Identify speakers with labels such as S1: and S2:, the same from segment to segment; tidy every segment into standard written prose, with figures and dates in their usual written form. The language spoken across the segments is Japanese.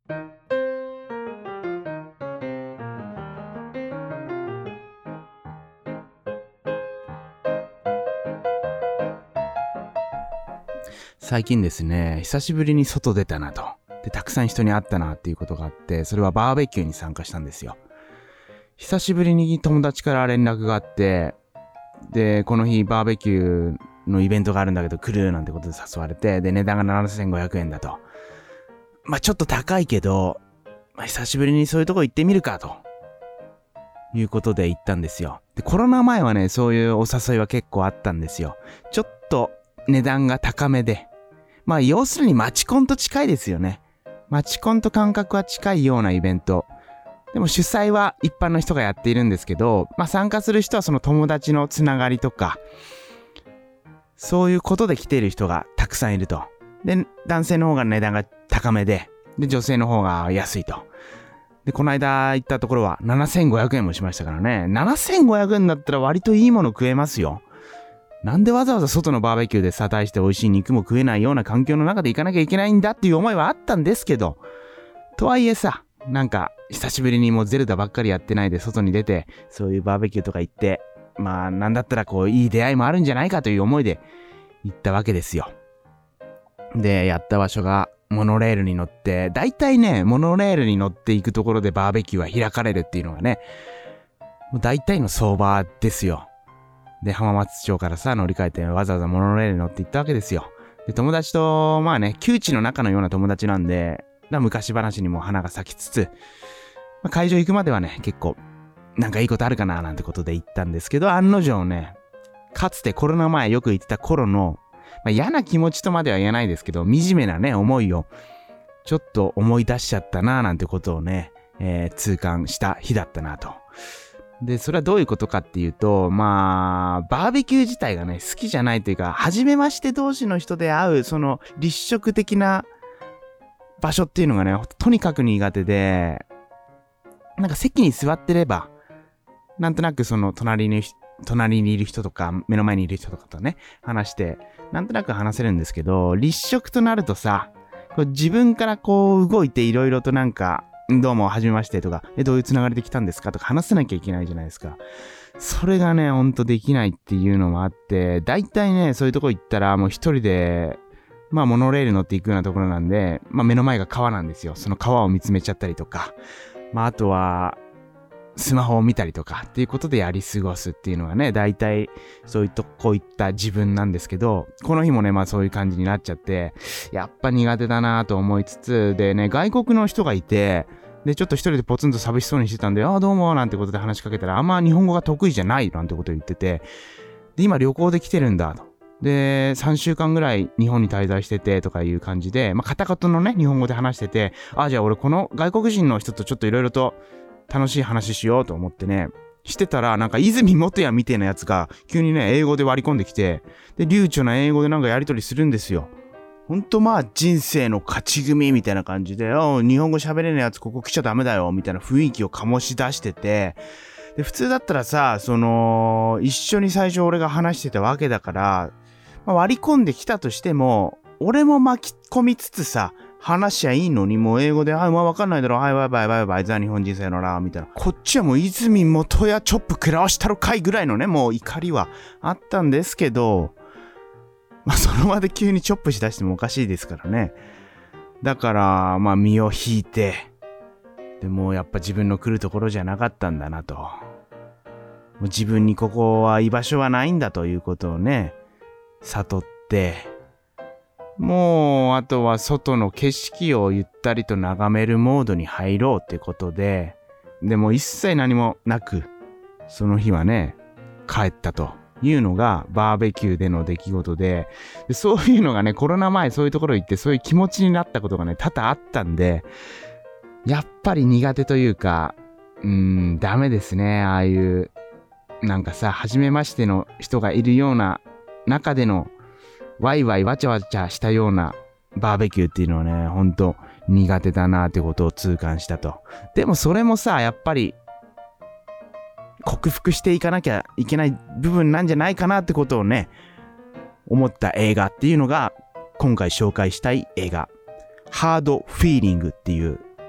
S1: 最近ですね、久しぶりに外出たなと。で、たくさん人に会ったなっていうことがあって、それはバーベキューに参加したんですよ。久しぶりに友達から連絡があって、で、この日バーベキューのイベントがあるんだけど来るなんてことで誘われて、で、値段が7500円だと。まあちょっと高いけど、久しぶりにそういうとこ行ってみるかと。いうことで行ったんですよ。で、コロナ前はね、そういうお誘いは結構あったんですよ。ちょっと値段が高めで。まあ要するにマチコンと近いですよね。マチコンと感覚は近いようなイベント。でも主催は一般の人がやっているんですけど、まあ参加する人はその友達のつながりとか、そういうことで来ている人がたくさんいると。で、男性の方が値段が高めで、女性の方が安いと。で、この間行ったところは7500円もしましたからね。7500円だったら割といいもの食えますよ。なんでわざわざ外のバーベキューでさ、大して美味しい肉も食えないような環境の中で行かなきゃいけないんだっていう思いはあったんですけど、とはいえさ、なんか久しぶりにもうゼルダばっかりやってないで外に出て、そういうバーベキューとか行って、まあなんだったらこういい出会いもあるんじゃないかという思いで行ったわけですよ。で、やった場所がモノレールに乗って、だいたいね、モノレールに乗っていくところでバーベキューは開かれるっていうのがね、もう大体の相場ですよ。で、浜松町からさ、乗り換えてわざわざモノレールに乗って行ったわけですよ。で、友達と、まあね、旧知の仲のような友達なんで、昔話にも花が咲きつつ、まあ、会場行くまではね、結構、なんかいいことあるかななんてことで行ったんですけど、案の定ね、かつてコロナ前よく行ってた頃の、まあ、嫌な気持ちとまでは言えないですけど、惨めなね、思いを、ちょっと思い出しちゃったななんてことをね、痛感した日だったなと。で、それはどういうことかっていうと、まあ、バーベキュー自体がね、好きじゃないというか、初めまして同士の人で会う、その立食的な場所っていうのがね、とにかく苦手で、なんか席に座ってれば、なんとなくその隣にいる人とか、目の前にいる人とかとね、話して、なんとなく話せるんですけど、立食となるとさ、こう自分からこう動いていろいろとなんか、どうも、はじめましてとか、どういうつながりで来たんですかとか話さなきゃいけないじゃないですか。それがね、ほんとできないっていうのもあって、だいたいね、そういうとこ行ったらもう一人で、まあモノレール乗っていくようなところなんで、まあ目の前が川なんですよ。その川を見つめちゃったりとか、まああとは、スマホを見たりとかっていうことでやり過ごすっていうのがね、だいたいそういうとこ行った自分なんですけど、この日もね、まあそういう感じになっちゃって、やっぱ苦手だなと思いつつ、でね、外国の人がいて、で、ちょっと一人でポツンと寂しそうにしてたんで、ああどうもなんてことで話しかけたら、あんま日本語が得意じゃないなんてことを言ってて、で、今旅行で来てるんだと。で、3週間ぐらい日本に滞在しててとかいう感じで、まあ片言のね、日本語で話してて、ああじゃあ俺この外国人の人とちょっといろいろと楽しい話しようと思ってね、してたらなんか泉元也みたいなやつが急にね、英語で割り込んできて、で、流暢な英語でなんかやり取りするんですよ。ほんとまあ人生の勝ち組みたいな感じで、日本語喋れないやつここ来ちゃダメだよみたいな雰囲気を醸し出してて、で、普通だったらさ、一緒に最初俺が話してたわけだから、まあ、割り込んできたとしても、俺も巻き込みつつさ、話しゃいいのにもう英語で、まあわかんないだろ、はい、バイバイバイバイ、ザ日本人さよなら、みたいな。こっちはもう泉元也チョップ食らわしたろかいぐらいのね、もう怒りはあったんですけど、まあその場で急にチョップしだしてもおかしいですからね。だから、まあ身を引いて、でもやっぱ自分の来るところじゃなかったんだなと。もう自分にここは居場所はないんだということをね、悟って、もうあとは外の景色をゆったりと眺めるモードに入ろうってことで、でも一切何もなく、その日はね、帰ったというのがバーベキューでの出来事で、そういうのがね、コロナ前そういうところ行ってそういう気持ちになったことがね、多々あったんで、やっぱり苦手というか、ダメですね。ああいう、なんかさ、初めましての人がいるような中でのワイワイわちゃわちゃしたようなバーベキューっていうのはね、ほんと苦手だなってことを痛感したと。でもそれもさ、やっぱり克服していかなきゃいけない部分なんじゃないかなってことをね、思った映画っていうのが今回紹介したい映画、ハードフィーリングっていう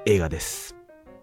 S1: 映画です。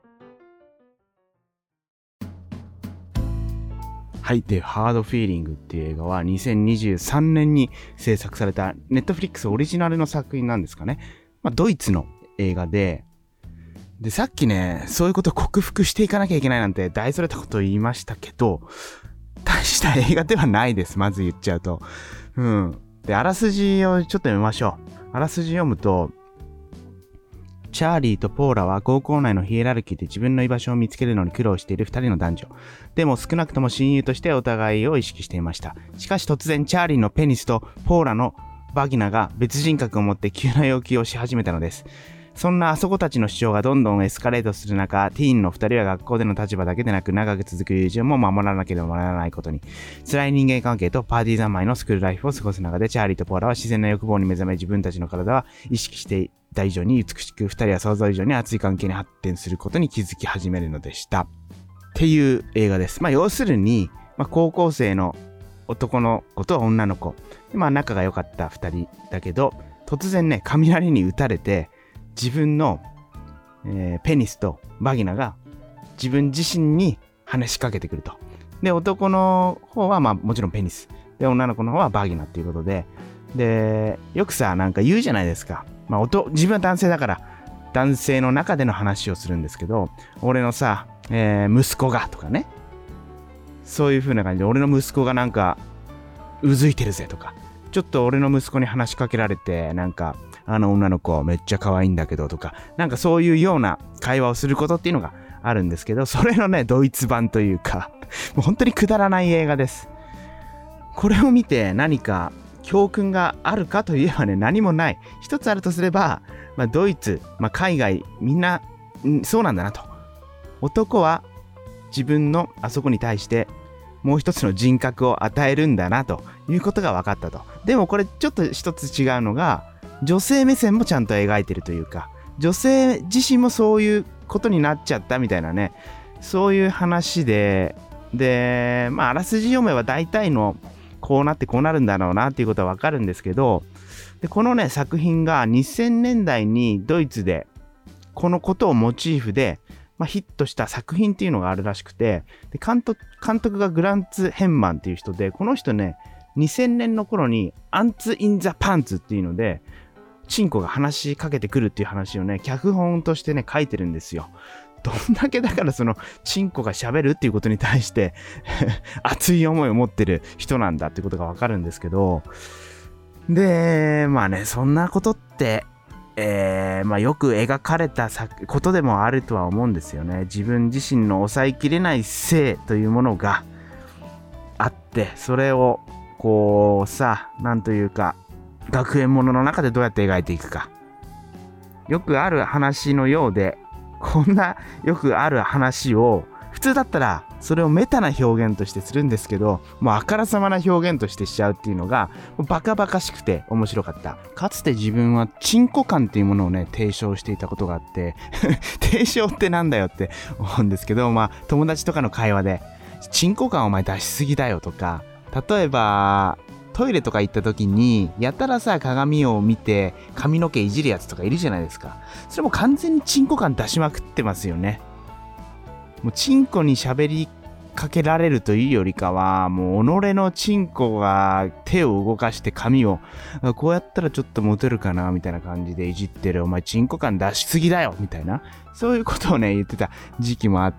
S1: はい。で、ハードフィーリングっていう映画は2023年に制作されたネットフリックスオリジナルの作品なんですかね。ドイツの映画で、さっきね、そういうことを克服していかなきゃいけないなんて大それたことを言いましたけど、大した映画ではないです。まず言っちゃうと。で、あらすじをちょっと読みましょう。あらすじ読むと、チャーリーとポーラは高校内のヒエラルキーで自分の居場所を見つけるのに苦労している二人の男女。でも少なくとも親友としてお互いを意識していました。しかし突然チャーリーのペニスとポーラのバギナが別人格を持って急な要求をし始めたのです。そんなあそこたちの主張がどんどんエスカレートする中、ティーンの二人は学校での立場だけでなく長く続く友人も守らなければならないことに。辛い人間関係とパーティー三昧のスクールライフを過ごす中で、チャーリーとポーラは自然な欲望に目覚め、自分たちの体は意識していた以上に美しく、二人は想像以上に熱い関係に発展することに気づき始めるのでした。っていう映画です。要するに、高校生の男の子と女の子。仲が良かった二人だけど、突然ね、雷に打たれて、自分の、ペニスとバギナが自分自身に話しかけてくると。で、男の方はもちろんペニス。で、女の子の方はバギナっていうことで、で、よくさ、なんか言うじゃないですか。自分は男性だから、男性の中での話をするんですけど、俺のさ、息子がとかね。そういう風な感じで、俺の息子がなんか、うずいてるぜとか、ちょっと俺の息子に話しかけられて、なんか、あの女の子めっちゃ可愛いんだけどとか、なんかそういうような会話をすることっていうのがあるんですけど、それのね、ドイツ版というか、もう本当にくだらない映画です。これを見て何か教訓があるかといえばね、何もない。一つあるとすれば、ドイツ、海外、みんな、そうなんだなと。男は自分のあそこに対してもう一つの人格を与えるんだなということが分かったと。でもこれちょっと一つ違うのが、女性目線もちゃんと描いてるというか、女性自身もそういうことになっちゃったみたいなね、そういう話で、あらすじ読めば大体のこうなってこうなるんだろうなっていうことはわかるんですけど、でこのね作品が2000年代にドイツでこのことをモチーフで、ヒットした作品っていうのがあるらしくて、で監督がグランツ・ヘンマンっていう人で、この人ね2000年の頃にアンツ・イン・ザ・パンツっていうのでチンコが話しかけてくるっていう話をね、脚本としてね、書いてるんですよ。どんだけだからその、チンコが喋るっていうことに対して、熱い思いを持ってる人なんだってことがわかるんですけど、で、そんなことって、よく描かれたことでもあるとは思うんですよね。自分自身の抑えきれない性というものがあって、それを、なんというか、学園ものの中でどうやって描いていくか。よくある話のようで、こんなよくある話を普通だったらそれをメタな表現としてするんですけど、もうあからさまな表現としてしちゃうっていうのがバカバカしくて面白かった。かつて自分はチンコ感っていうものをね提唱していたことがあって提唱ってなんだよって思うんですけど、友達とかの会話でチンコ感お前出しすぎだよとか、例えばトイレとか行った時にやたらさ鏡を見て髪の毛いじるやつとかいるじゃないですか。それも完全にチンコ感出しまくってますよね。もうチンコに喋りかけられるというよりかは、もう己のチンコが手を動かして髪をこうやったらちょっとモテるかなみたいな感じでいじってる、お前チンコ感出しすぎだよみたいな、そういうことをね言ってた時期もあって、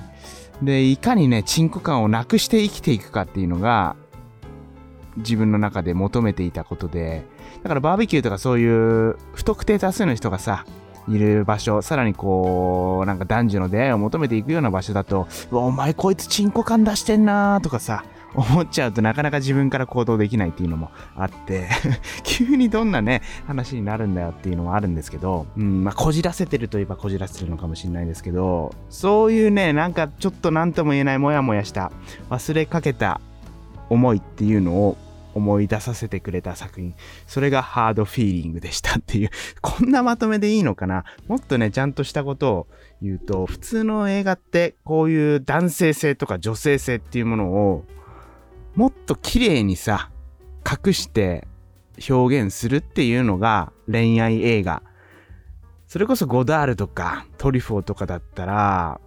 S1: でいかにねチンコ感をなくして生きていくかっていうのが自分の中で求めていたことで、だからバーベキューとかそういう不特定多数の人がさいる場所、さらになんか男女の出会いを求めていくような場所だと、お前こいつチンコ感出してんなーとかさ思っちゃうとなかなか自分から行動できないっていうのもあって急にどんなね話になるんだよっていうのもあるんですけど、こじらせてるといえばこじらせてるのかもしれないですけど、そういうねなんかちょっと何とも言えないモヤモヤした忘れかけた思いっていうのを思い出させてくれた作品、それがハードフィーリングでしたっていう、こんなまとめでいいのかな。もっとねちゃんとしたことを言うと、普通の映画ってこういう男性性とか女性性っていうものをもっと綺麗にさ隠して表現するっていうのが恋愛映画、 それこそゴダールとかトリュフォーとかだったら、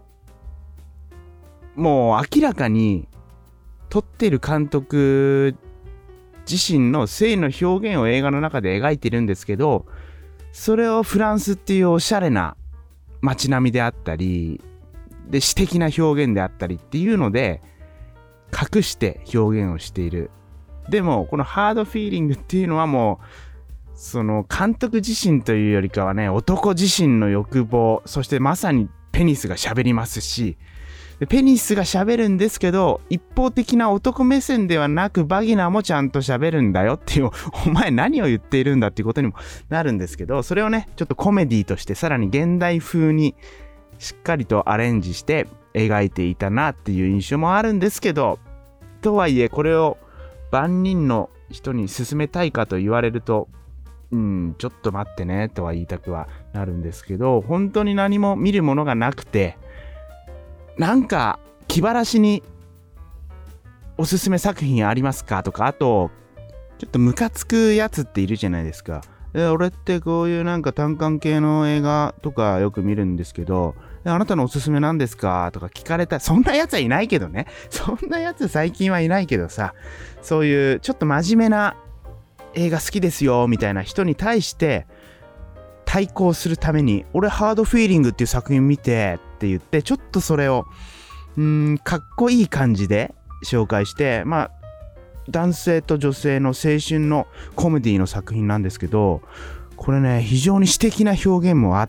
S1: もう明らかに撮っている監督自身の性の表現を映画の中で描いてるんですけど、それをフランスっていうおしゃれな街並みであったりで、詩的な表現であったりっていうので隠して表現をしている。でもこのハードフィーリングっていうのはもうその監督自身というよりかはね、男自身の欲望、そしてまさにペニスが喋りますし、でペニスが喋るんですけど、一方的な男目線ではなくバギナもちゃんと喋るんだよっていう、お前何を言っているんだっていうことにもなるんですけど、それをねちょっとコメディとしてさらに現代風にしっかりとアレンジして描いていたなっていう印象もあるんですけど、とはいえこれを万人の人に勧めたいかと言われると、ちょっと待ってねとは言いたくはなるんですけど、本当に何も見るものがなくて、なんか気晴らしにおすすめ作品ありますかとか、あとちょっとムカつくやつっているじゃないですか。俺ってこういうなんか単館系の映画とかよく見るんですけど、あなたのおすすめなんですかとか聞かれたら、そんなやつはいないけどね、そんなやつ最近はいないけどさ、そういうちょっと真面目な映画好きですよみたいな人に対して対抗するために、俺ハードフィーリングっていう作品見てって言って、ちょっとそれをかっこいい感じで紹介して、まあ男性と女性の青春のコメディの作品なんですけど、これね非常に詩的な表現もあって、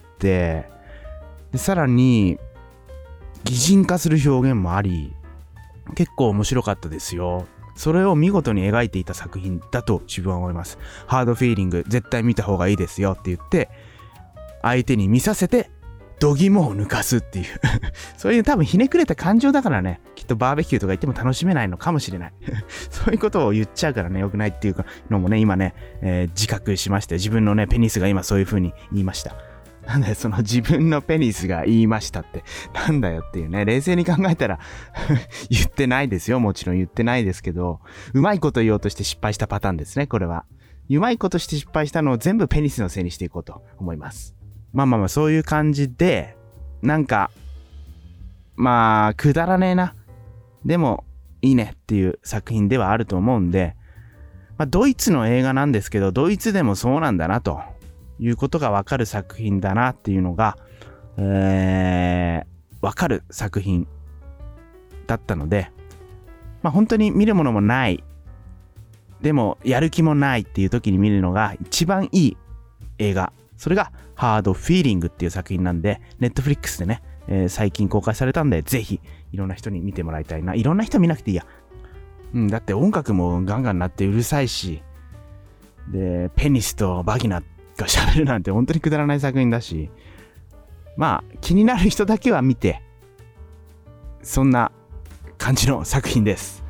S1: でさらに擬人化する表現もあり、結構面白かったですよ。それを見事に描いていた作品だと自分は思います。ハードフィーリング絶対見た方がいいですよって言って相手に見させて度肝を抜かすっていうそういう多分ひねくれた感情だからね、きっとバーベキューとか行っても楽しめないのかもしれないそういうことを言っちゃうからね、良くないっていうのもね今ね、自覚しましたよ。自分のねペニスが今そういう風に言いました。なんだよその自分のペニスが言いましたってなんだよっていうね、冷静に考えたら言ってないですよ、もちろん言ってないですけど、うまいこと言おうとして失敗したパターンですね。これはうまいことして失敗したのを全部ペニスのせいにしていこうと思います。まあそういう感じで、なんかまあくだらねえな、でもいいねっていう作品ではあると思うんで、ドイツの映画なんですけど、ドイツでもそうなんだなということがわかる作品だなっていうのが、わかる作品だったので、本当に見るものもない、でもやる気もないっていう時に見るのが一番いい映画、それがハードフィーリングっていう作品なんで、ネットフリックスでね、最近公開されたんで、ぜひいろんな人に見てもらいたいな。いろんな人見なくていいや。だって音楽もガンガン鳴ってうるさいし、でペニスとバギナが喋るなんて本当にくだらない作品だし、気になる人だけは見て、そんな感じの作品です。